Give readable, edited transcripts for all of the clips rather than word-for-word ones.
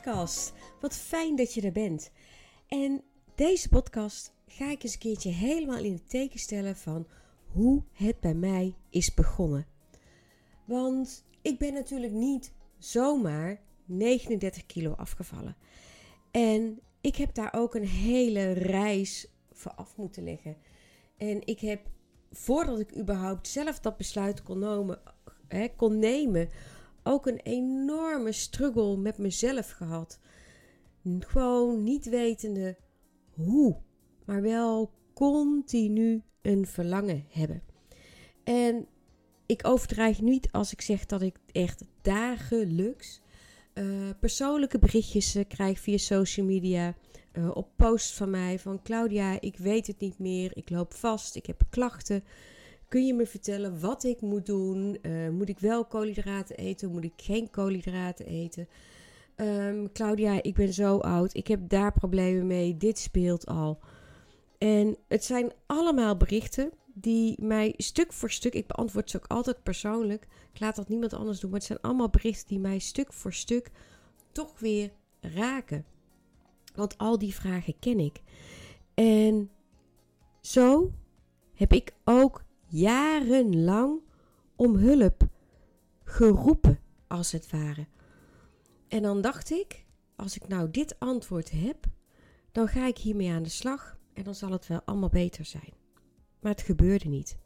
podcast. Wat fijn dat je er bent. En deze podcast ga ik eens een keertje helemaal in het teken stellen van hoe het bij mij is begonnen. Want ik ben natuurlijk niet zomaar 39 kilo afgevallen. En ik heb daar ook een hele reis voor af moeten leggen. En ik heb, voordat ik überhaupt zelf dat besluit kon nemen, ook een enorme struggle met mezelf gehad. Gewoon niet wetende hoe, maar wel continu een verlangen hebben. En ik overdrijf niet als ik zeg dat ik echt dagelijks persoonlijke berichtjes krijg via social media, op posts van mij van Claudia, ik weet het niet meer, ik loop vast, ik heb klachten. Kun je me vertellen wat ik moet doen? Moet ik wel koolhydraten eten? Moet ik geen koolhydraten eten? Claudia, ik ben zo oud. Ik heb daar problemen mee. Dit speelt al. En het zijn allemaal berichten die mij stuk voor stuk... Ik beantwoord ze ook altijd persoonlijk. Ik laat dat niemand anders doen. Maar het zijn allemaal berichten die mij stuk voor stuk toch weer raken. Want al die vragen ken ik. En zo heb ik ook jarenlang om hulp geroepen, als het ware. En dan dacht ik, als ik nou dit antwoord heb, dan ga ik hiermee aan de slag en dan zal het wel allemaal beter zijn. Maar het gebeurde niet.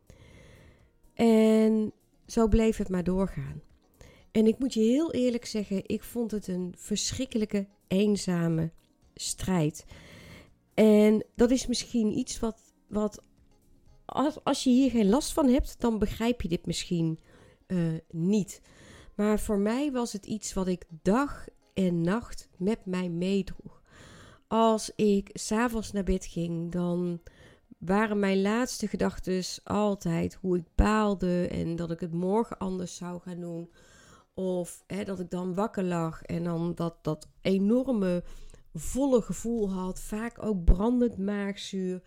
En zo bleef het maar doorgaan. En ik moet je heel eerlijk zeggen, ik vond het een verschrikkelijke, eenzame strijd. En dat is misschien iets wat als je hier geen last van hebt, dan begrijp je dit misschien niet. Maar voor mij was het iets wat ik dag en nacht met mij meedroeg. Als ik 's avonds naar bed ging, dan waren mijn laatste gedachten altijd hoe ik baalde en dat ik het morgen anders zou gaan doen. Of dat ik dan wakker lag en dan dat enorme volle gevoel had. Vaak ook brandend maagzuur.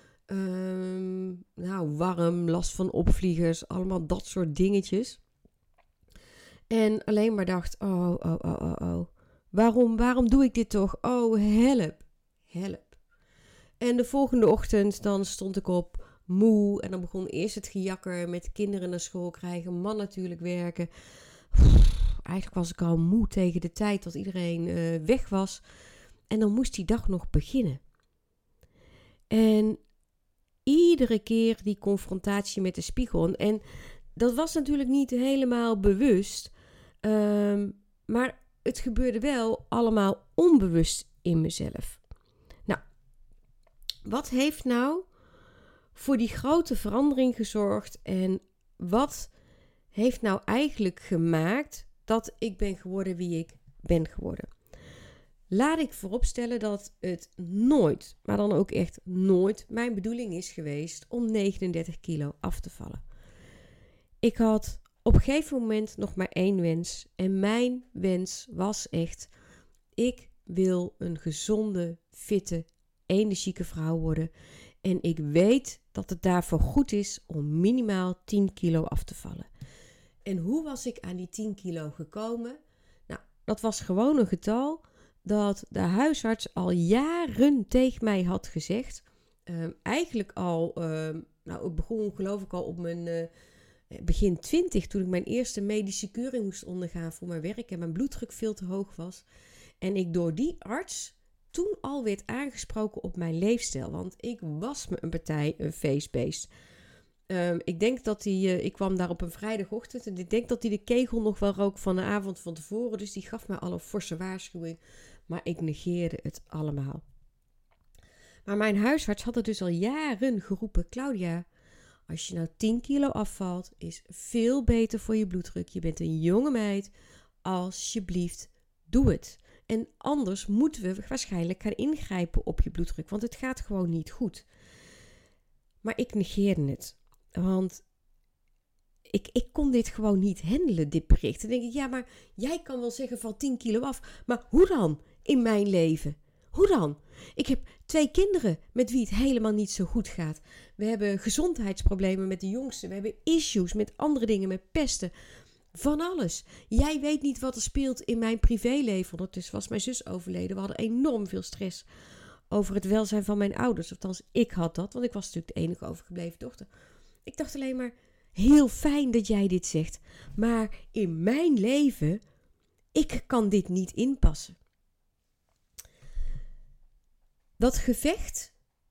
Warm, last van opvliegers, allemaal dat soort dingetjes. En alleen maar dacht, oh. Waarom doe ik dit toch? Oh, help. En de volgende ochtend dan stond ik op, moe. En dan begon eerst het gejakker met kinderen naar school krijgen, man natuurlijk werken. Eigenlijk was ik al moe tegen de tijd dat iedereen weg was. En dan moest die dag nog beginnen. En iedere keer die confrontatie met de spiegel. En dat was natuurlijk niet helemaal bewust. Maar het gebeurde wel allemaal onbewust in mezelf. Nou, wat heeft nou voor die grote verandering gezorgd? En wat heeft nou eigenlijk gemaakt dat ik ben geworden wie ik ben geworden? Laat ik vooropstellen dat het nooit, maar dan ook echt nooit, mijn bedoeling is geweest om 39 kilo af te vallen. Ik had op een gegeven moment nog maar één wens. En mijn wens was echt, ik wil een gezonde, fitte, energieke vrouw worden. En ik weet dat het daarvoor goed is om minimaal 10 kilo af te vallen. En hoe was ik aan die 10 kilo gekomen? Nou, dat was gewoon een getal dat de huisarts al jaren tegen mij had gezegd. Eigenlijk al, het begon geloof ik al op mijn begin 20, toen ik mijn eerste medische keuring moest ondergaan voor mijn werk en mijn bloeddruk veel te hoog was. En ik door die arts toen al werd aangesproken op mijn leefstijl, want ik was me een partij een feestbeest. Ik denk dat ik kwam daar op een vrijdagochtend en ik denk dat hij de kegel nog wel rook van de avond van tevoren. Dus die gaf mij al een forse waarschuwing, maar ik negeerde het allemaal. Maar mijn huisarts had er dus al jaren geroepen, Claudia, als je nou 10 kilo afvalt, is veel beter voor je bloeddruk. Je bent een jonge meid, alsjeblieft, doe het. En anders moeten we waarschijnlijk gaan ingrijpen op je bloeddruk, want het gaat gewoon niet goed. Maar ik negeerde het. Want ik kon dit gewoon niet handelen, dit bericht. Dan denk ik, ja, maar jij kan wel zeggen van 10 kilo af. Maar hoe dan in mijn leven? Hoe dan? Ik heb 2 kinderen met wie het helemaal niet zo goed gaat. We hebben gezondheidsproblemen met de jongste. We hebben issues met andere dingen, met pesten. Van alles. Jij weet niet wat er speelt in mijn privéleven. Ondertussen was mijn zus overleden. We hadden enorm veel stress over het welzijn van mijn ouders. Althans, ik had dat, want ik was natuurlijk de enige overgebleven dochter. Ik dacht alleen maar, heel fijn dat jij dit zegt. Maar in mijn leven, ik kan dit niet inpassen. Dat gevecht,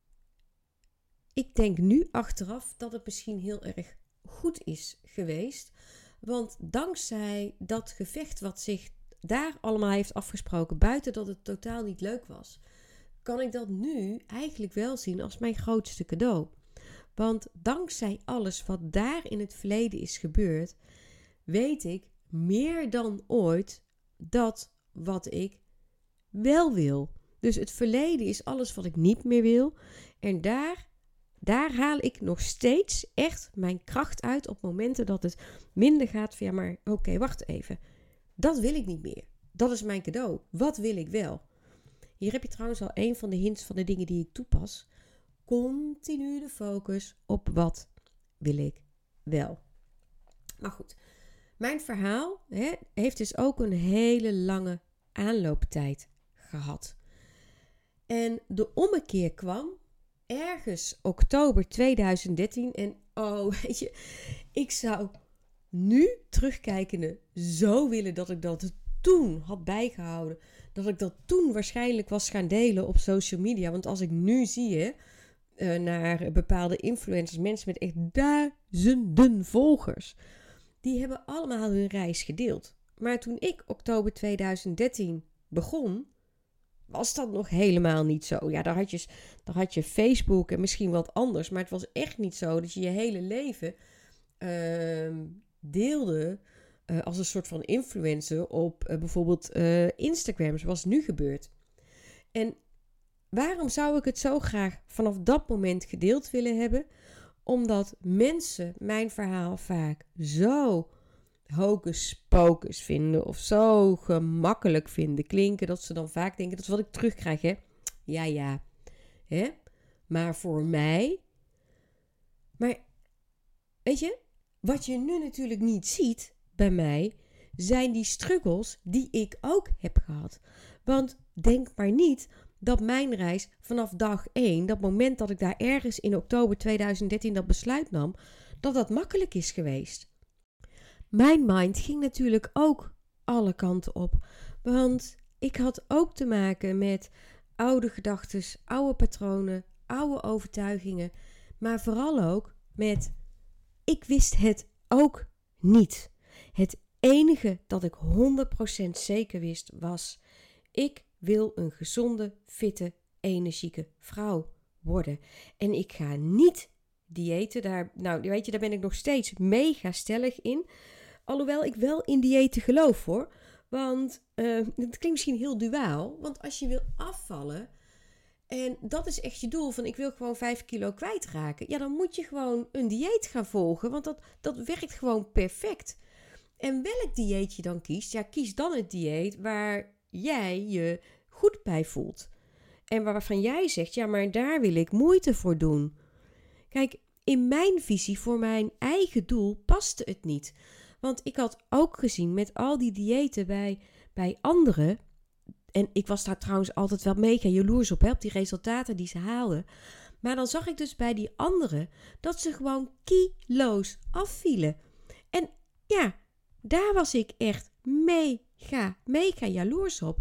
ik denk nu achteraf dat het misschien heel erg goed is geweest. Want dankzij dat gevecht wat zich daar allemaal heeft afgesproken, buiten dat het totaal niet leuk was, kan ik dat nu eigenlijk wel zien als mijn grootste cadeau. Want dankzij alles wat daar in het verleden is gebeurd, weet ik meer dan ooit dat wat ik wel wil. Dus het verleden is alles wat ik niet meer wil. En daar haal ik nog steeds echt mijn kracht uit op momenten dat het minder gaat. Van ja, maar oké, wacht even. Dat wil ik niet meer. Dat is mijn cadeau. Wat wil ik wel? Hier heb je trouwens al een van de hints van de dingen die ik toepas. Continu de focus op wat wil ik wel. Maar goed, mijn verhaal heeft dus ook een hele lange aanlooptijd gehad. En de ommekeer kwam ergens oktober 2013. En weet je, ik zou nu terugkijkende zo willen dat ik dat toen had bijgehouden. Dat ik dat toen waarschijnlijk was gaan delen op social media. Want als ik nu zie naar bepaalde influencers, mensen met echt duizenden volgers, die hebben allemaal hun reis gedeeld. Maar toen ik oktober 2013 begon, was dat nog helemaal niet zo. Ja, daar had je Facebook en misschien wat anders. Maar het was echt niet zo dat je je hele leven deelde als een soort van influencer op bijvoorbeeld Instagram, zoals nu gebeurt. En waarom zou ik het zo graag vanaf dat moment gedeeld willen hebben? Omdat mensen mijn verhaal vaak zo hocus pocus vinden of zo gemakkelijk vinden klinken, dat ze dan vaak denken, dat is wat ik terugkrijg, hè? Ja. Hè? Maar voor mij... Maar, weet je, wat je nu natuurlijk niet ziet bij mij, zijn die struggles die ik ook heb gehad. Want denk maar niet dat mijn reis vanaf dag 1, dat moment dat ik daar ergens in oktober 2013 dat besluit nam, dat makkelijk is geweest. Mijn mind ging natuurlijk ook alle kanten op. Want ik had ook te maken met oude gedachten, oude patronen, oude overtuigingen. Maar vooral ook met, ik wist het ook niet. Het enige dat ik 100% zeker wist was, ik wil een gezonde, fitte, energieke vrouw worden. En ik ga niet diëten. Daar ben ik nog steeds mega stellig in. Alhoewel ik wel in diëten geloof hoor. Want het klinkt misschien heel duaal. Want als je wil afvallen, en dat is echt je doel van ik wil gewoon 5 kilo kwijtraken. Ja, dan moet je gewoon een dieet gaan volgen. Want dat werkt gewoon perfect. En welk dieet je dan kiest, ja, kies dan het dieet waar jij je goed bij voelt. En waarvan jij zegt, ja, maar daar wil ik moeite voor doen. Kijk, in mijn visie voor mijn eigen doel paste het niet. Want ik had ook gezien met al die diëten bij anderen. En ik was daar trouwens altijd wel mega jaloers op die resultaten die ze haalden. Maar dan zag ik dus bij die anderen dat ze gewoon kilo's afvielen. En ja, daar was ik echt mega jaloers op.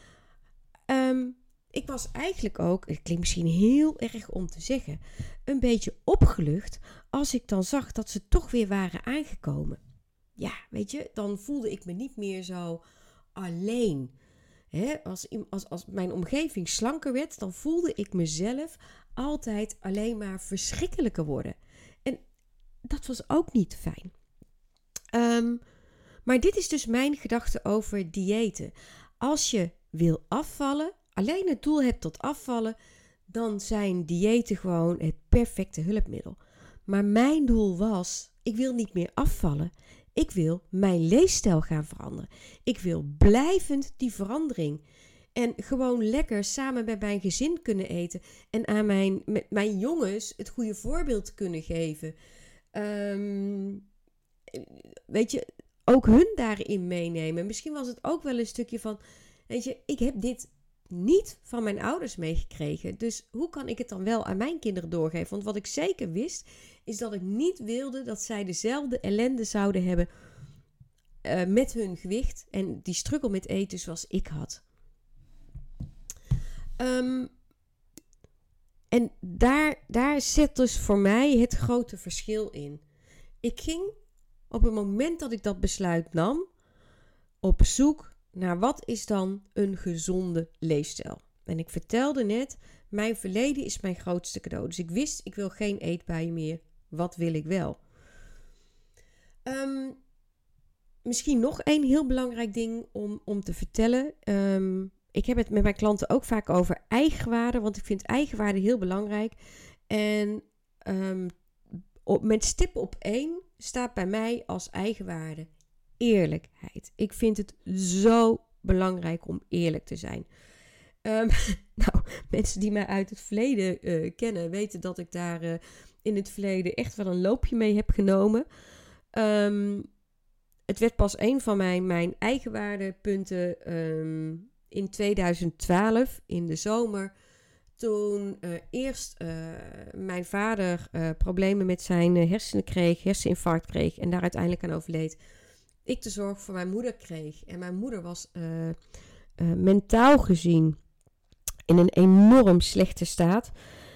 Ik was eigenlijk ook, het klinkt misschien heel erg om te zeggen, een beetje opgelucht als ik dan zag dat ze toch weer waren aangekomen. Ja, weet je, dan voelde ik me niet meer zo alleen. Als mijn omgeving slanker werd, dan voelde ik mezelf altijd alleen maar verschrikkelijker worden. En dat was ook niet fijn. Maar dit is dus mijn gedachte over diëten. Als je wil afvallen, alleen het doel hebt tot afvallen, dan zijn diëten gewoon het perfecte hulpmiddel. Maar mijn doel was, ik wil niet meer afvallen. Ik wil mijn leefstijl gaan veranderen. Ik wil blijvend die verandering. En gewoon lekker samen met mijn gezin kunnen eten. En aan mijn jongens het goede voorbeeld kunnen geven. Weet je, ook hun daarin meenemen. Misschien was het ook wel een stukje van, weet je, ik heb dit niet van mijn ouders meegekregen. Dus hoe kan ik het dan wel aan mijn kinderen doorgeven? Want wat ik zeker wist, is dat ik niet wilde dat zij dezelfde ellende zouden hebben met hun gewicht en die struggle met eten zoals ik had. En daar zit dus voor mij het grote verschil in. Ik ging op het moment dat ik dat besluit nam op zoek naar wat is dan een gezonde leefstijl. En ik vertelde net, mijn verleden is mijn grootste cadeau. Dus ik wist, ik wil geen eetbuien meer. Wat wil ik wel? Misschien nog een heel belangrijk ding om te vertellen. Ik heb het met mijn klanten ook vaak over eigenwaarde, want ik vind eigenwaarde heel belangrijk. En met stip op 1 staat bij mij als eigenwaarde eerlijkheid. Ik vind het zo belangrijk om eerlijk te zijn. Nou, mensen die mij uit het verleden kennen, weten dat ik daar in het verleden echt wel een loopje mee heb genomen. Het werd pas een van mijn eigenwaardepunten in 2012, in de zomer. Toen eerst mijn vader problemen met zijn hersenen kreeg, herseninfarct kreeg en daar uiteindelijk aan overleed. Ik de zorg voor mijn moeder kreeg. En mijn moeder was mentaal gezien in een enorm slechte staat.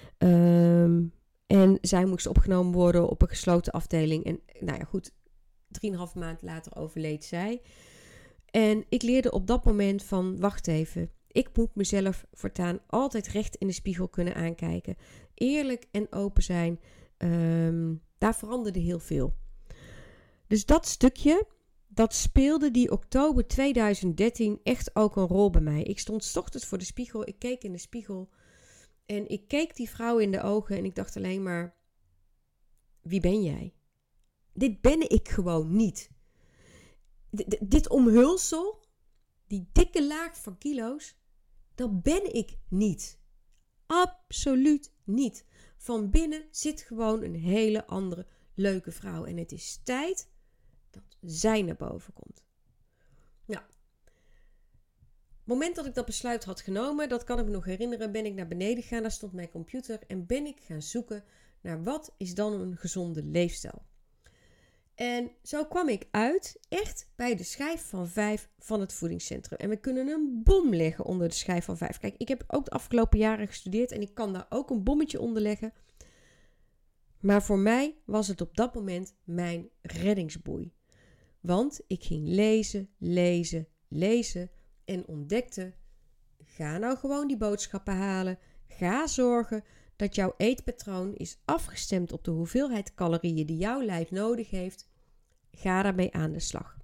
En zij moest opgenomen worden op een gesloten afdeling. En nou ja, goed, 3,5 maand later overleed zij. En ik leerde op dat moment van, wacht even, ik moet mezelf voortaan altijd recht in de spiegel kunnen aankijken. Eerlijk en open zijn, daar veranderde heel veel. Dus dat stukje, dat speelde die oktober 2013 echt ook een rol bij mij. Ik stond 's ochtends voor de spiegel, ik keek in de spiegel en ik keek die vrouw in de ogen en ik dacht alleen maar, wie ben jij? Dit ben ik gewoon niet. Dit omhulsel, die dikke laag van kilo's, dat ben ik niet. Absoluut niet. Van binnen zit gewoon een hele andere leuke vrouw. En het is tijd dat zij naar boven komt. Nou, het moment dat ik dat besluit had genomen, dat kan ik me nog herinneren, ben ik naar beneden gegaan. Daar stond mijn computer en ben ik gaan zoeken naar wat is dan een gezonde leefstijl. En zo kwam ik uit echt bij de schijf van 5 van het voedingscentrum. En we kunnen een bom leggen onder de schijf van 5. Kijk, ik heb ook de afgelopen jaren gestudeerd en ik kan daar ook een bommetje onder leggen. Maar voor mij was het op dat moment mijn reddingsboei. Want ik ging lezen en ontdekte, ga nou gewoon die boodschappen halen. Ga zorgen dat jouw eetpatroon is afgestemd op de hoeveelheid calorieën die jouw lijf nodig heeft. Ga daarmee aan de slag.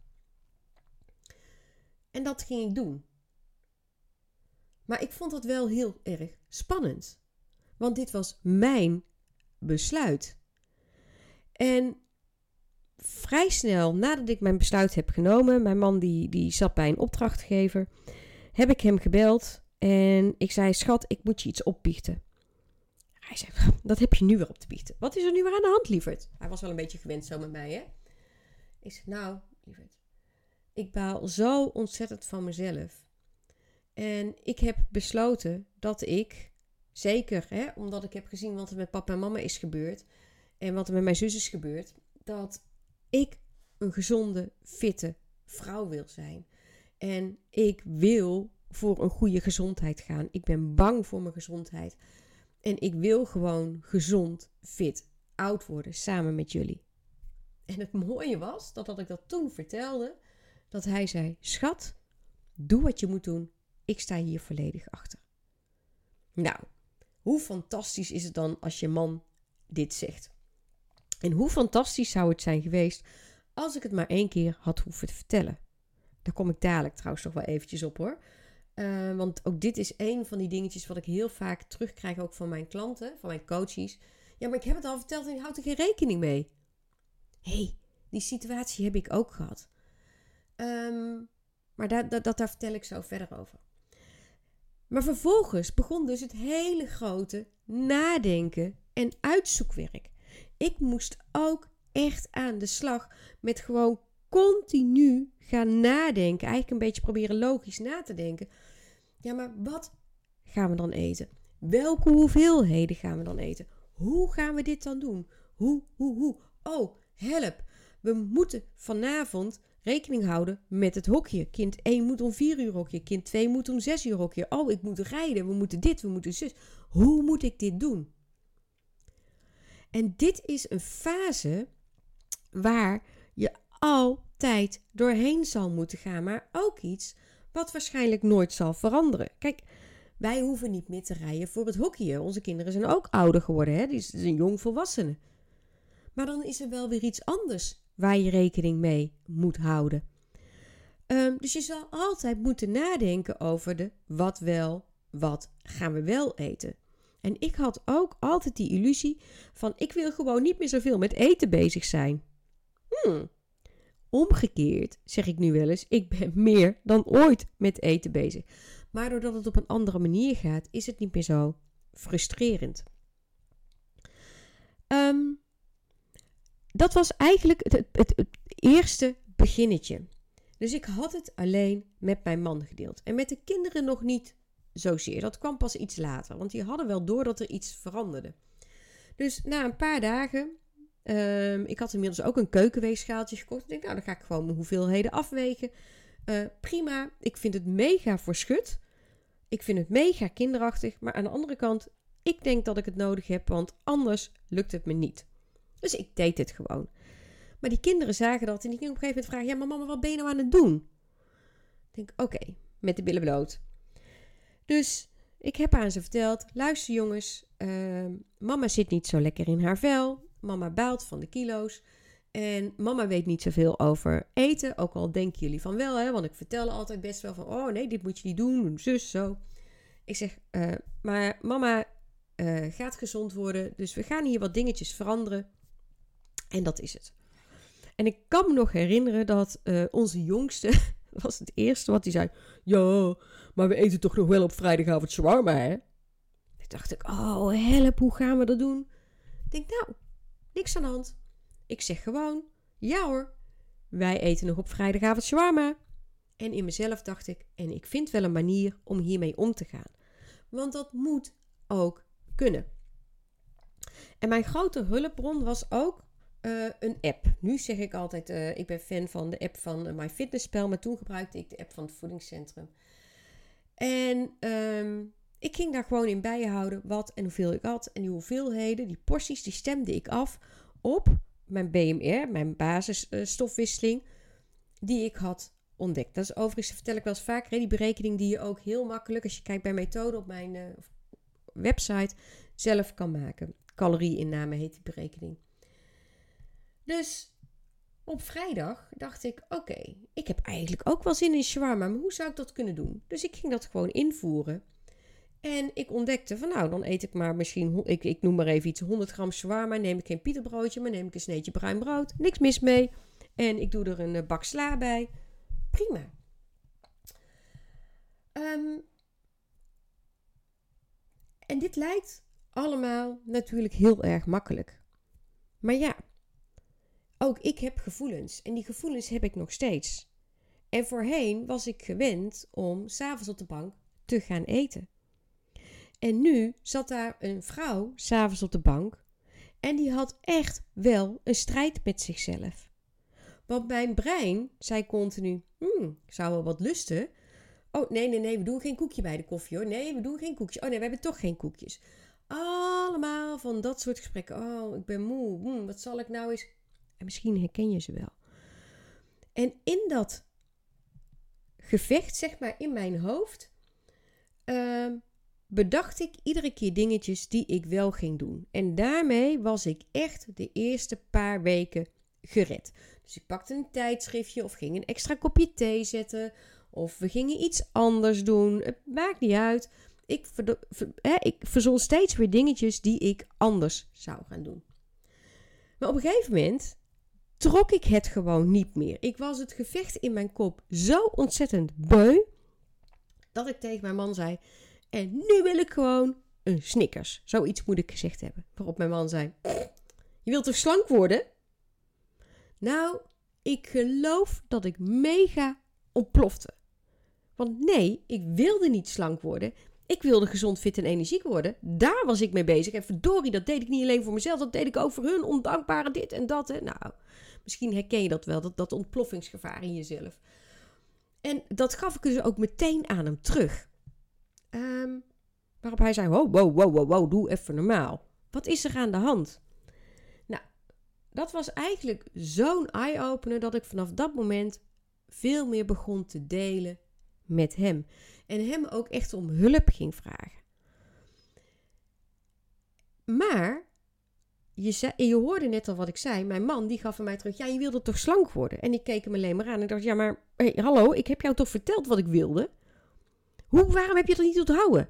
En dat ging ik doen. Maar ik vond dat wel heel erg spannend. Want dit was mijn besluit. En vrij snel nadat ik mijn besluit heb genomen, mijn man die zat bij een opdrachtgever, heb ik hem gebeld en ik zei, schat, ik moet je iets opbiechten. Hij zei, dat heb je nu weer op te biechten. Wat is er nu weer aan de hand, lieverd? Hij was wel een beetje gewend zo met mij, hè? Ik zei, nou, lieverd, ik baal zo ontzettend van mezelf. En ik heb besloten dat ik, zeker, hè, omdat ik heb gezien wat er met papa en mama is gebeurd en wat er met mijn zus is gebeurd, dat ik een gezonde, fitte vrouw wil zijn. En ik wil voor een goede gezondheid gaan. Ik ben bang voor mijn gezondheid. En ik wil gewoon gezond, fit, oud worden samen met jullie. En het mooie was, dat ik dat toen vertelde, dat hij zei, schat, doe wat je moet doen. Ik sta hier volledig achter. Nou, hoe fantastisch is het dan als je man dit zegt? En hoe fantastisch zou het zijn geweest als ik het maar 1 keer had hoeven te vertellen. Daar kom ik dadelijk trouwens nog wel eventjes op, hoor. Want ook dit is een van die dingetjes wat ik heel vaak terugkrijg ook van mijn klanten, van mijn coaches. Ja, maar ik heb het al verteld en je houdt er geen rekening mee. Hé, die situatie heb ik ook gehad. Maar daar vertel ik zo verder over. Maar vervolgens begon dus het hele grote nadenken en uitzoekwerk. Ik moest ook echt aan de slag met gewoon continu gaan nadenken. Eigenlijk een beetje proberen logisch na te denken. Ja, maar wat gaan we dan eten? Welke hoeveelheden gaan we dan eten? Hoe gaan we dit dan doen? Hoe? Oh, help. We moeten vanavond rekening houden met het hokje. Kind 1 moet om 4 uur hokje. Kind 2 moet om 6 uur hokje. Oh, ik moet rijden. We moeten dit, we moeten zus. Hoe moet ik dit doen? En dit is een fase waar je altijd doorheen zal moeten gaan. Maar ook iets wat waarschijnlijk nooit zal veranderen. Kijk, wij hoeven niet meer te rijden voor het hokje. Onze kinderen zijn ook ouder geworden. Hè? Die zijn jongvolwassenen. Maar dan is er wel weer iets anders waar je rekening mee moet houden. Dus je zal altijd moeten nadenken over de wat gaan we wel eten. En ik had ook altijd die illusie van ik wil gewoon niet meer zoveel met eten bezig zijn. Omgekeerd zeg ik nu wel eens, ik ben meer dan ooit met eten bezig. Maar doordat het op een andere manier gaat, is het niet meer zo frustrerend. Dat was eigenlijk het eerste beginnetje. Dus ik had het alleen met mijn man gedeeld. En met de kinderen nog niet zozeer. Dat kwam pas iets later. Want die hadden wel door dat er iets veranderde. Dus na een paar dagen... ik had inmiddels ook een keukenweegschaaltje gekocht. Ik denk, nou, dan ga ik gewoon mijn hoeveelheden afwegen. Prima. Ik vind het mega verschut. Ik vind het mega kinderachtig. Maar aan de andere kant, ik denk dat ik het nodig heb. Want anders lukt het me niet. Dus ik deed het gewoon. Maar die kinderen zagen dat en die gingen op een gegeven moment vragen... Ja, maar mama, wat ben je nou aan het doen? Ik denk, oké, met de billen bloot. Dus ik heb aan ze verteld... Luister jongens, mama zit niet zo lekker in haar vel. Mama baalt van de kilo's. En mama weet niet zoveel over eten. Ook al denken jullie van wel, hè. Want ik vertel altijd best wel van... Oh nee, dit moet je niet doen, zus, zo. Ik zeg, maar mama gaat gezond worden. Dus we gaan hier wat dingetjes veranderen. En dat is het. En ik kan me nog herinneren dat onze jongste... was het eerste wat hij zei... Ja, maar we eten toch nog wel op vrijdagavond shawarma, hè? Toen dacht ik, oh help, hoe gaan we dat doen? Ik denk, nou, niks aan de hand. Ik zeg gewoon, ja hoor, wij eten nog op vrijdagavond shawarma. En in mezelf dacht ik, en ik vind wel een manier om hiermee om te gaan. Want dat moet ook kunnen. En mijn grote hulpbron was ook een app. Nu zeg ik altijd, ik ben fan van de app van MyFitnessPal, maar toen gebruikte ik de app van het voedingscentrum. En ik ging daar gewoon in bijhouden wat en hoeveel ik had. En die hoeveelheden, die porties, die stemde ik af op mijn BMR, mijn basisstofwisseling, die ik had ontdekt. Dat is overigens, vertel ik wel eens vaker, die berekening die je ook heel makkelijk, als je kijkt bij methode op mijn website, zelf kan maken. Calorieinname heet die berekening. Dus op vrijdag dacht ik, oké, ik heb eigenlijk ook wel zin in shawarma, maar hoe zou ik dat kunnen doen? Dus ik ging dat gewoon invoeren. En ik ontdekte van nou, dan eet ik maar misschien, ik noem maar even iets, 100 gram shawarma. Neem ik geen pieterbroodje, maar neem ik een sneetje bruin brood. Niks mis mee. En ik doe er een bak sla bij. Prima. En dit lijkt allemaal natuurlijk heel erg makkelijk. Maar ja, ook ik heb gevoelens. En die gevoelens heb ik nog steeds. En voorheen was ik gewend om 's avonds op de bank te gaan eten. En nu zat daar een vrouw 's avonds op de bank. En die had echt wel een strijd met zichzelf. Want mijn brein zei continu, ik zou wel wat lusten. Oh, nee, we doen geen koekje bij de koffie hoor. Nee, we doen geen koekjes. Oh nee, we hebben toch geen koekjes. Allemaal van dat soort gesprekken. Oh, ik ben moe. Wat zal ik nou eens... En misschien herken je ze wel. En in dat gevecht, zeg maar, in mijn hoofd... bedacht ik iedere keer dingetjes die ik wel ging doen. En daarmee was ik echt de eerste paar weken gered. Dus ik pakte een tijdschriftje of ging een extra kopje thee zetten. Of we gingen iets anders doen. Het maakt niet uit. Ik verzon steeds weer dingetjes die ik anders zou gaan doen. Maar op een gegeven moment trok ik het gewoon niet meer. Ik was het gevecht in mijn kop zo ontzettend beu, dat ik tegen mijn man zei... En nu wil ik gewoon een Snickers. Zoiets moet ik gezegd hebben. Waarop mijn man zei... Je wilt toch slank worden? Nou, ik geloof dat ik mega ontplofte. Want nee, ik wilde niet slank worden. Ik wilde gezond, fit en energiek worden. Daar was ik mee bezig. En verdorie, dat deed ik niet alleen voor mezelf. Dat deed ik ook voor hun ondankbare dit en dat. Hè. Nou, misschien herken je dat wel. Dat ontploffingsgevaar in jezelf. En dat gaf ik dus ook meteen aan hem terug. Waarop hij zei, wow, doe even normaal. Wat is er aan de hand? Nou, dat was eigenlijk zo'n eye-opener dat ik vanaf dat moment veel meer begon te delen met hem. En hem ook echt om hulp ging vragen. Maar, je hoorde net al wat ik zei. Mijn man die gaf aan mij terug, ja, je wilde toch slank worden? En ik keek hem alleen maar aan en ik dacht, ja, maar hey, hallo, ik heb jou toch verteld wat ik wilde? Waarom heb je dat niet onthouden?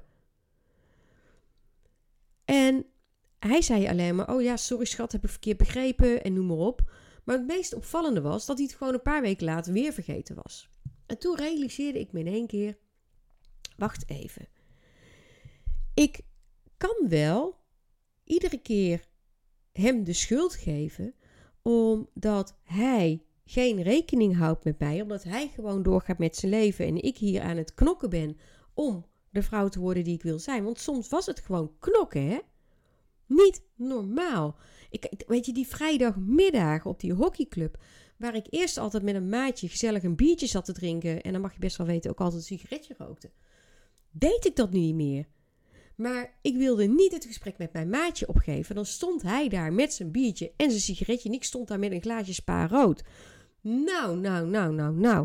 En hij zei alleen maar, oh ja, sorry schat, heb ik verkeerd begrepen en noem maar op. Maar het meest opvallende was dat hij het gewoon een paar weken later weer vergeten was. En toen realiseerde ik me in één keer, wacht even. Ik kan wel iedere keer hem de schuld geven, omdat hij geen rekening houdt met mij, omdat hij gewoon doorgaat met zijn leven en ik hier aan het knokken ben om de vrouw te worden die ik wil zijn. Want soms was het gewoon knokken, hè? Niet normaal. Weet je, die vrijdagmiddagen op die hockeyclub, waar ik eerst altijd met een maatje gezellig een biertje zat te drinken, en dan mag je best wel weten ook altijd een sigaretje rookte, deed ik dat nu niet meer. Maar ik wilde niet het gesprek met mijn maatje opgeven. Dan stond hij daar met zijn biertje en zijn sigaretje en ik stond daar met een glaasje Spa rood. Nou.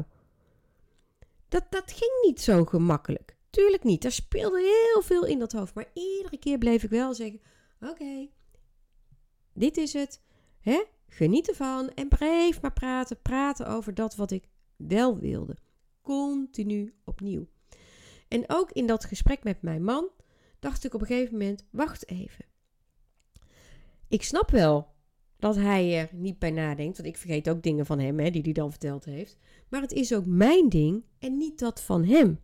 Dat ging niet zo gemakkelijk. Tuurlijk niet. Daar speelde heel veel in dat hoofd. Maar iedere keer bleef ik wel zeggen, oké, dit is het. Hè? Geniet ervan. En bleef maar praten over dat wat ik wel wilde. Continu opnieuw. En ook in dat gesprek met mijn man dacht ik op een gegeven moment, wacht even. Ik snap wel dat hij er niet bij nadenkt, want ik vergeet ook dingen van hem, hè, die hij dan verteld heeft. Maar het is ook mijn ding en niet dat van hem.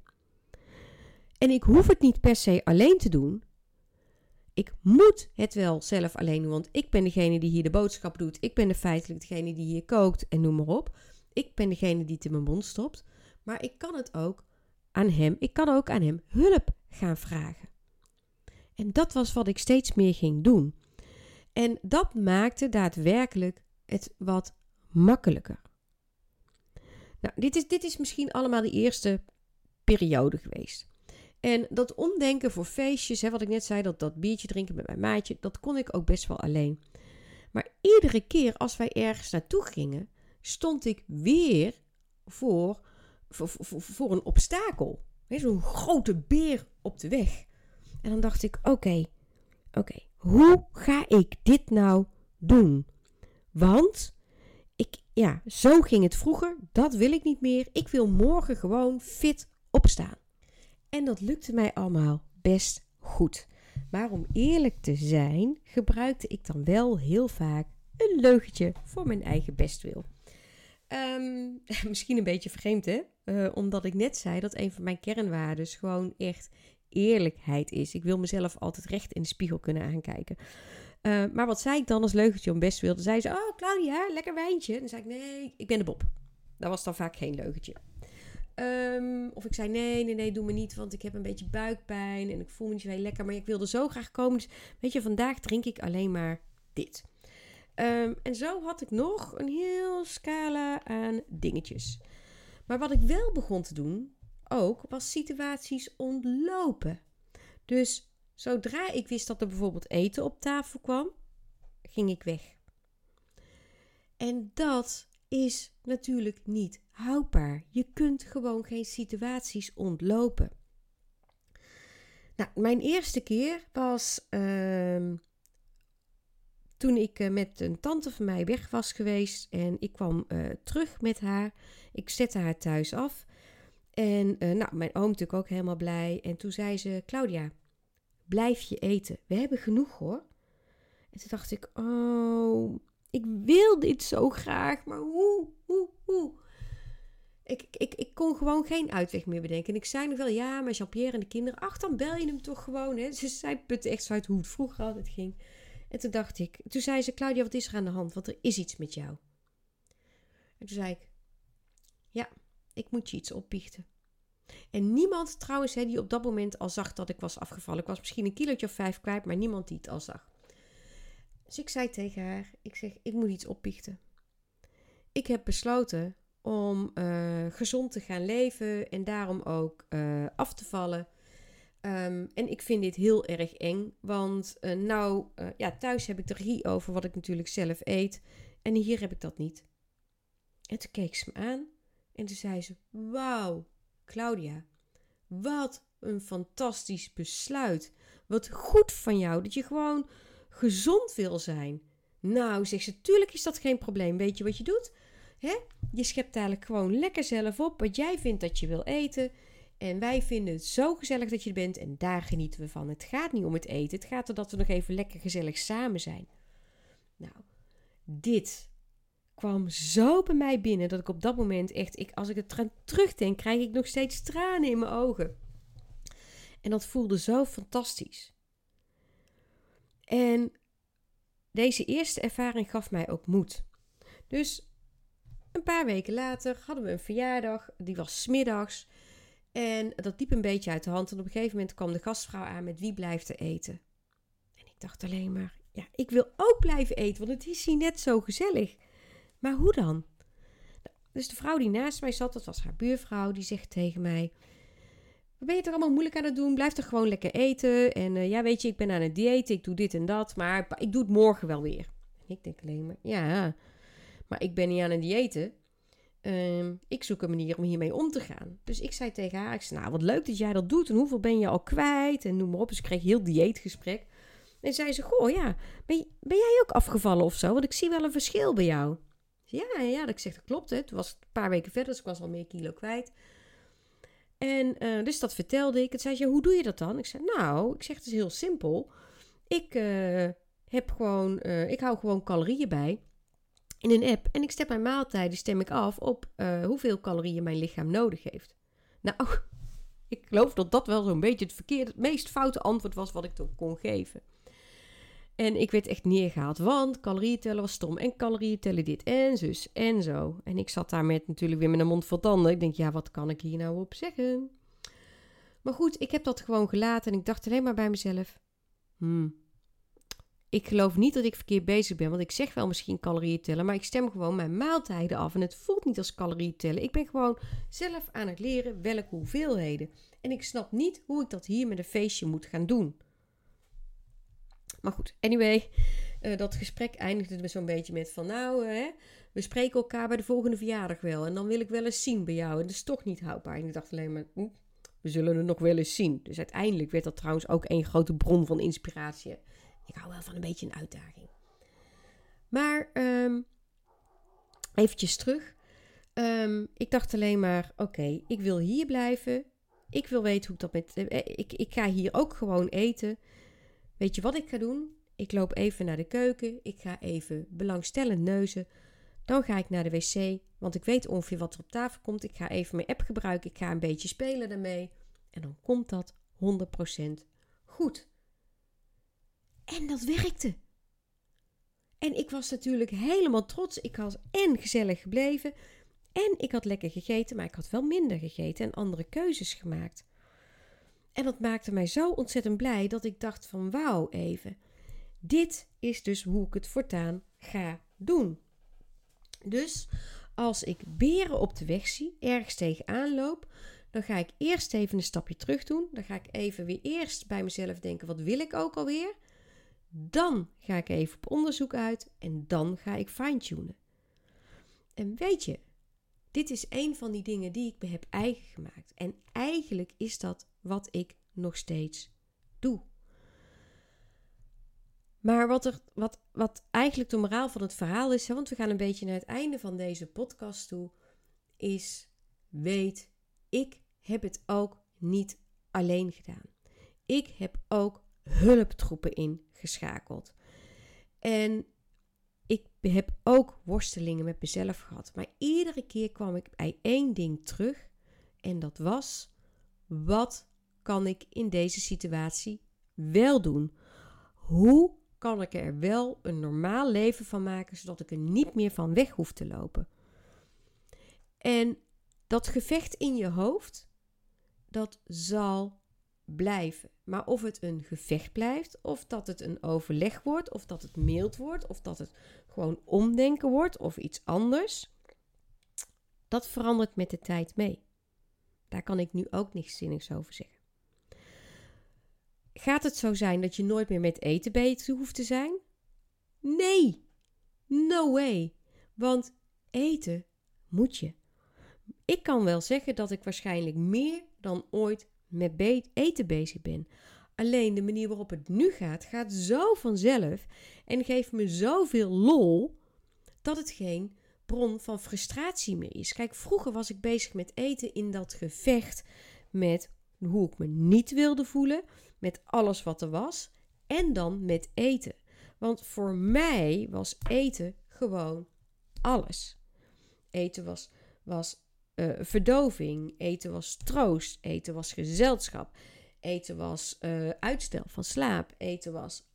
En ik hoef het niet per se alleen te doen. Ik moet het wel zelf alleen doen, want ik ben degene die hier de boodschap doet. Ik ben feitelijk degene die hier kookt en noem maar op. Ik ben degene die het in mijn mond stopt. Maar ik kan het ook aan hem, ik kan ook aan hem hulp gaan vragen. En dat was wat ik steeds meer ging doen. En dat maakte daadwerkelijk het wat makkelijker. Nou, dit is misschien allemaal de eerste periode geweest. En dat omdenken voor feestjes, hè, wat ik net zei, dat biertje drinken met mijn maatje, dat kon ik ook best wel alleen. Maar iedere keer als wij ergens naartoe gingen, stond ik weer voor een obstakel. Zo'n grote beer op de weg. En dan dacht ik, oké, hoe ga ik dit nou doen? Want, zo ging het vroeger, dat wil ik niet meer. Ik wil morgen gewoon fit opstaan. En dat lukte mij allemaal best goed. Maar om eerlijk te zijn, gebruikte ik dan wel heel vaak een leugentje voor mijn eigen bestwil. Misschien een beetje vreemd, hè? Omdat ik net zei dat een van mijn kernwaarden gewoon echt eerlijkheid is. Ik wil mezelf altijd recht in de spiegel kunnen aankijken. Maar wat zei ik dan als leugentje om bestwil? Dan zei ze, oh Claudia, lekker wijntje. En dan zei ik, nee, ik ben de Bob. Dat was dan vaak geen leugentje. Of ik zei, nee, doe me niet, want ik heb een beetje buikpijn en ik voel me niet zo heel lekker, maar ik wilde zo graag komen. Dus weet je, vandaag drink ik alleen maar dit. En zo had ik nog een heel scala aan dingetjes. Maar wat ik wel begon te doen, ook, was situaties ontlopen. Dus zodra ik wist dat er bijvoorbeeld eten op tafel kwam, ging ik weg. En dat is natuurlijk niet houdbaar. Je kunt gewoon geen situaties ontlopen. Nou, mijn eerste keer was toen ik met een tante van mij weg was geweest en ik kwam terug met haar. Ik zette haar thuis af en mijn oom natuurlijk ook helemaal blij. En toen zei ze, Claudia, blijf je eten. We hebben genoeg hoor. En toen dacht ik, oh, ik wil dit zo graag, maar hoe? Ik kon gewoon geen uitweg meer bedenken. En ik zei nog wel, ja, maar Jean-Pierre en de kinderen, ach, dan bel je hem toch gewoon, hè. Dus zij putte echt zo uit hoe het vroeger altijd ging. En toen zei ze, Claudia, wat is er aan de hand? Want er is iets met jou. En toen zei ik, ja, ik moet je iets opbiechten. En niemand trouwens die op dat moment al zag dat ik was afgevallen. Ik was misschien 1 kilootje of 5 kwijt, maar niemand die het al zag. Dus ik zei tegen haar, ik moet iets opbiechten. Ik heb besloten om gezond te gaan leven en daarom ook af te vallen. En ik vind dit heel erg eng, want thuis heb ik de regie over wat ik natuurlijk zelf eet. En hier heb ik dat niet. En toen keek ze me aan en toen zei ze, wauw, Claudia, wat een fantastisch besluit. Wat goed van jou dat je gewoon gezond wil zijn. Nou, zegt ze, tuurlijk is dat geen probleem. Weet je wat je doet? Je schept eigenlijk gewoon lekker zelf op wat jij vindt dat je wil eten. En wij vinden het zo gezellig dat je er bent en daar genieten we van. Het gaat niet om het eten. Het gaat er dat we nog even lekker gezellig samen zijn. Nou, dit kwam zo bij mij binnen dat ik op dat moment echt, als ik het eraan terugdenk, krijg ik nog steeds tranen in mijn ogen. En dat voelde zo fantastisch. En deze eerste ervaring gaf mij ook moed. Dus een paar weken later hadden we een verjaardag. Die was 's middags. En dat liep een beetje uit de hand. En op een gegeven moment kwam de gastvrouw aan met wie blijft er eten. En ik dacht alleen maar, ja, ik wil ook blijven eten, want het is hier net zo gezellig. Maar hoe dan? Dus de vrouw die naast mij zat, dat was haar buurvrouw, die zegt tegen mij, wat ben je er allemaal moeilijk aan het doen? Blijf toch gewoon lekker eten. En weet je, ik ben aan het diëten, ik doe dit en dat, maar ik doe het morgen wel weer. En ik denk alleen maar, ja, maar ik ben niet aan het diëten. Ik zoek een manier om hiermee om te gaan. Dus ik zei tegen haar, nou, wat leuk dat jij dat doet. En hoeveel ben je al kwijt? En noem maar op. Dus ik kreeg een heel dieetgesprek. En zei ze, goh, ja, ben jij ook afgevallen of zo? Want ik zie wel een verschil bij jou. Ja, ik zeg, dat klopt. Hè. Toen was het een paar weken verder, dus ik was al meer kilo kwijt. En dus dat vertelde ik. En zei ze, hoe doe je dat dan? Ik zei, het is heel simpel. Ik hou gewoon calorieën bij in een app. En ik stem mijn maaltijden af op hoeveel calorieën mijn lichaam nodig heeft. Nou, ik geloof dat dat wel zo'n beetje het meest foute antwoord was wat ik toen kon geven. En ik werd echt neergehaald, want calorieën tellen was stom. En calorieën tellen dit en zus en zo. En ik zat daar natuurlijk weer met een mond vol tanden. Ik denk, ja, wat kan ik hier nou op zeggen? Maar goed, ik heb dat gewoon gelaten en ik dacht alleen maar bij mezelf, ik geloof niet dat ik verkeerd bezig ben, want ik zeg wel misschien calorieën tellen, maar ik stem gewoon mijn maaltijden af en het voelt niet als calorieën tellen. Ik ben gewoon zelf aan het leren welke hoeveelheden. En ik snap niet hoe ik dat hier met een feestje moet gaan doen. Maar goed, anyway, dat gesprek eindigde zo'n beetje met van we spreken elkaar bij de volgende verjaardag wel. En dan wil ik wel eens zien bij jou. En dat is toch niet houdbaar. En ik dacht alleen maar, we zullen het nog wel eens zien. Dus uiteindelijk werd dat trouwens ook één grote bron van inspiratie. Ik hou wel van een beetje een uitdaging. Maar eventjes terug. Ik dacht alleen maar, oké, ik wil hier blijven. Ik wil weten hoe ik dat ik ga hier ook gewoon eten. Weet je wat ik ga doen? Ik loop even naar de keuken. Ik ga even belangstellend neuzen. Dan ga ik naar de wc. Want ik weet ongeveer wat er op tafel komt. Ik ga even mijn app gebruiken. Ik ga een beetje spelen daarmee. En dan komt dat 100% goed. En dat werkte. En ik was natuurlijk helemaal trots. Ik was gezellig gebleven. En ik had lekker gegeten. Maar ik had wel minder gegeten. En andere keuzes gemaakt. En dat maakte mij zo ontzettend blij dat ik dacht van wauw even. Dit is dus hoe ik het voortaan ga doen. Dus als ik beren op de weg zie, ergens tegenaan loop, dan ga ik eerst even een stapje terug doen. Dan ga ik even weer eerst bij mezelf denken, wat wil ik ook alweer? Dan ga ik even op onderzoek uit en dan ga ik fine-tunen. En weet je, dit is een van die dingen die ik me heb eigen gemaakt. En eigenlijk is dat wat ik nog steeds doe. Maar wat eigenlijk de moraal van het verhaal is, want we gaan een beetje naar het einde van deze podcast toe, is weet, ik heb het ook niet alleen gedaan. Ik heb ook hulptroepen ingeschakeld. En ik heb ook worstelingen met mezelf gehad. Maar iedere keer kwam ik bij één ding terug. En dat was, wat kan ik in deze situatie wel doen? Hoe kan ik er wel een normaal leven van maken, zodat ik er niet meer van weg hoef te lopen? En dat gevecht in je hoofd, dat zal blijven. Maar of het een gevecht blijft, of dat het een overleg wordt, of dat het mild wordt, of dat het gewoon omdenken wordt, of iets anders, dat verandert met de tijd mee. Daar kan ik nu ook niks zinnigs over zeggen. Gaat het zo zijn dat je nooit meer met eten bezig hoeft te zijn? Nee, no way. Want eten moet je. Ik kan wel zeggen dat ik waarschijnlijk meer dan ooit met eten bezig ben. Alleen de manier waarop het nu gaat zo vanzelf en geeft me zoveel lol dat het geen bron van frustratie meer is. Kijk, vroeger was ik bezig met eten in dat gevecht met hoe ik me niet wilde voelen, met alles wat er was en dan met eten. Want voor mij was eten gewoon alles. Eten was verdoving, eten was troost, eten was gezelschap, eten was uitstel van slaap, eten was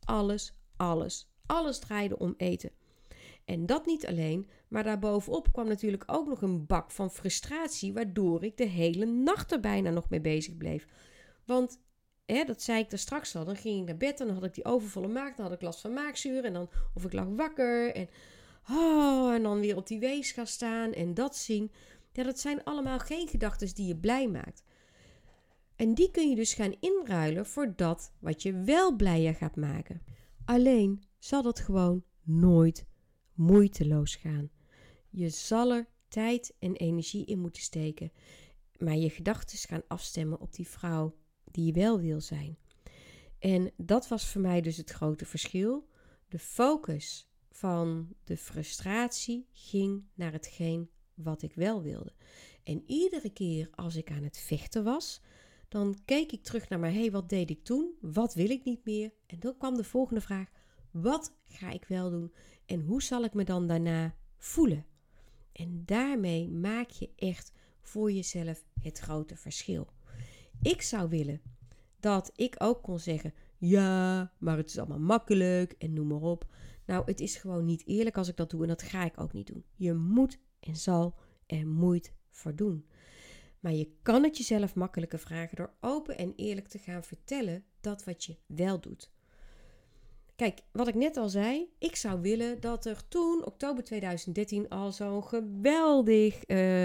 alles draaide om eten. En dat niet alleen, maar daarbovenop kwam natuurlijk ook nog een bak van frustratie, waardoor ik de hele nacht er bijna nog mee bezig bleef. Want, dat zei ik er straks al, dan ging ik naar bed en dan had ik die overvolle maag, dan had ik last van maagzuur en dan, of ik lag wakker en dan weer op die wees gaan staan en dat zien. Ja, dat zijn allemaal geen gedachten die je blij maakt. En die kun je dus gaan inruilen voor dat wat je wel blijer gaat maken. Alleen zal dat gewoon nooit moeiteloos gaan. Je zal er tijd en energie in moeten steken, maar je gedachten gaan afstemmen op die vrouw die je wel wil zijn. En dat was voor mij dus het grote verschil. De focus van de frustratie ging naar hetgeen wat ik wel wilde. En iedere keer als ik aan het vechten was, dan keek ik terug naar maar wat deed ik toen? Wat wil ik niet meer? En dan kwam de volgende vraag: wat ga ik wel doen? En hoe zal ik me dan daarna voelen? En daarmee maak je echt voor jezelf het grote verschil. Ik zou willen dat ik ook kon zeggen: ja, maar het is allemaal makkelijk en noem maar op. Nou, het is gewoon niet eerlijk als ik dat doe en dat ga ik ook niet doen. Je moet en zal er moeite voor doen. Maar je kan het jezelf makkelijker vragen door open en eerlijk te gaan vertellen dat wat je wel doet. Kijk, wat ik net al zei, ik zou willen dat er toen, oktober 2013, al zo'n geweldig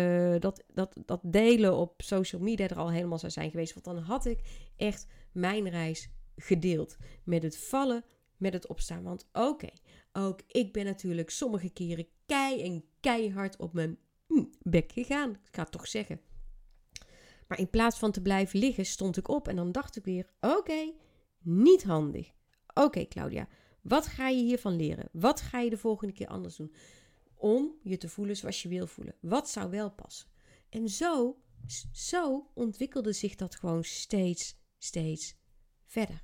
dat delen op social media er al helemaal zou zijn geweest. Want dan had ik echt mijn reis gedeeld. Met het vallen, met het opstaan. Want oké, ook ik ben natuurlijk sommige keren keihard op mijn bek gegaan. Ik ga het toch zeggen. Maar in plaats van te blijven liggen, stond ik op en dan dacht ik weer: oké, niet handig. Oké, Claudia, wat ga je hiervan leren? Wat ga je de volgende keer anders doen? Om je te voelen zoals je wil voelen. Wat zou wel passen? En zo ontwikkelde zich dat gewoon steeds verder.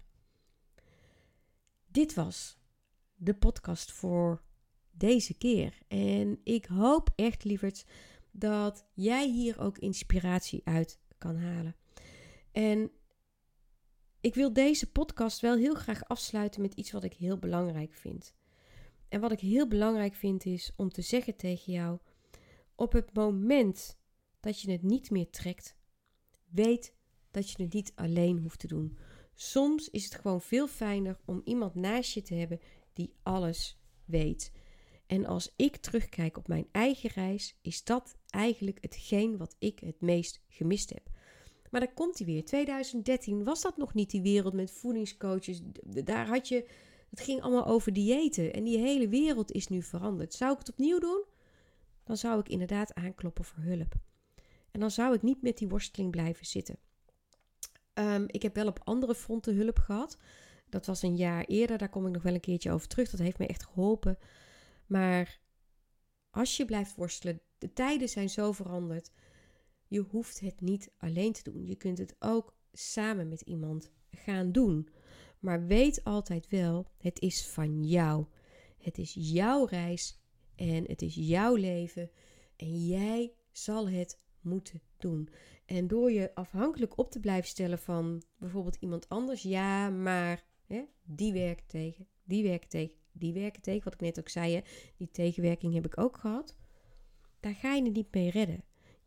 Dit was de podcast voor deze keer. En ik hoop echt, lieverds, dat jij hier ook inspiratie uit kan halen. En ik wil deze podcast wel heel graag afsluiten met iets wat ik heel belangrijk vind. En wat ik heel belangrijk vind is om te zeggen tegen jou: op het moment dat je het niet meer trekt, weet dat je het niet alleen hoeft te doen. Soms is het gewoon veel fijner om iemand naast je te hebben die alles weet. En als ik terugkijk op mijn eigen reis, is dat eigenlijk hetgeen wat ik het meest gemist heb. Maar daar komt hij weer. 2013 was dat nog niet, die wereld met voedingscoaches. Daar had je, het ging allemaal over diëten. En die hele wereld is nu veranderd. Zou ik het opnieuw doen? Dan zou ik inderdaad aankloppen voor hulp. En dan zou ik niet met die worsteling blijven zitten. Ik heb wel op andere fronten hulp gehad. Dat was een jaar eerder. Daar kom ik nog wel een keertje over terug. Dat heeft me echt geholpen. Maar als je blijft worstelen, de tijden zijn zo veranderd. Je hoeft het niet alleen te doen. Je kunt het ook samen met iemand gaan doen. Maar weet altijd wel, het is van jou. Het is jouw reis en het is jouw leven. En jij zal het moeten doen. En door je afhankelijk op te blijven stellen van bijvoorbeeld iemand anders. Ja, maar die werken tegen, die werken tegen, die werken tegen. Wat ik net ook zei, die tegenwerking heb ik ook gehad. Daar ga je het niet mee redden.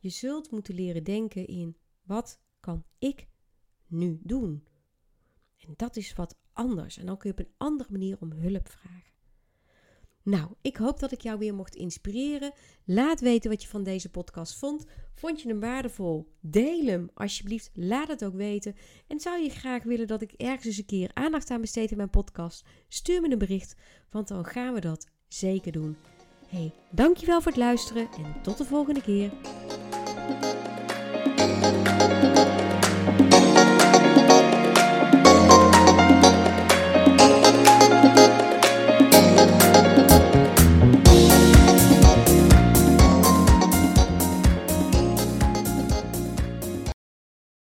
Je zult moeten leren denken in, wat kan ik nu doen? En dat is wat anders. En dan kun je op een andere manier om hulp vragen. Nou, ik hoop dat ik jou weer mocht inspireren. Laat weten wat je van deze podcast vond. Vond je hem waardevol? Deel hem alsjeblieft. Laat het ook weten. En zou je graag willen dat ik ergens eens een keer aandacht aan besteed in mijn podcast? Stuur me een bericht, want dan gaan we dat zeker doen. Hey, dankjewel voor het luisteren en tot de volgende keer.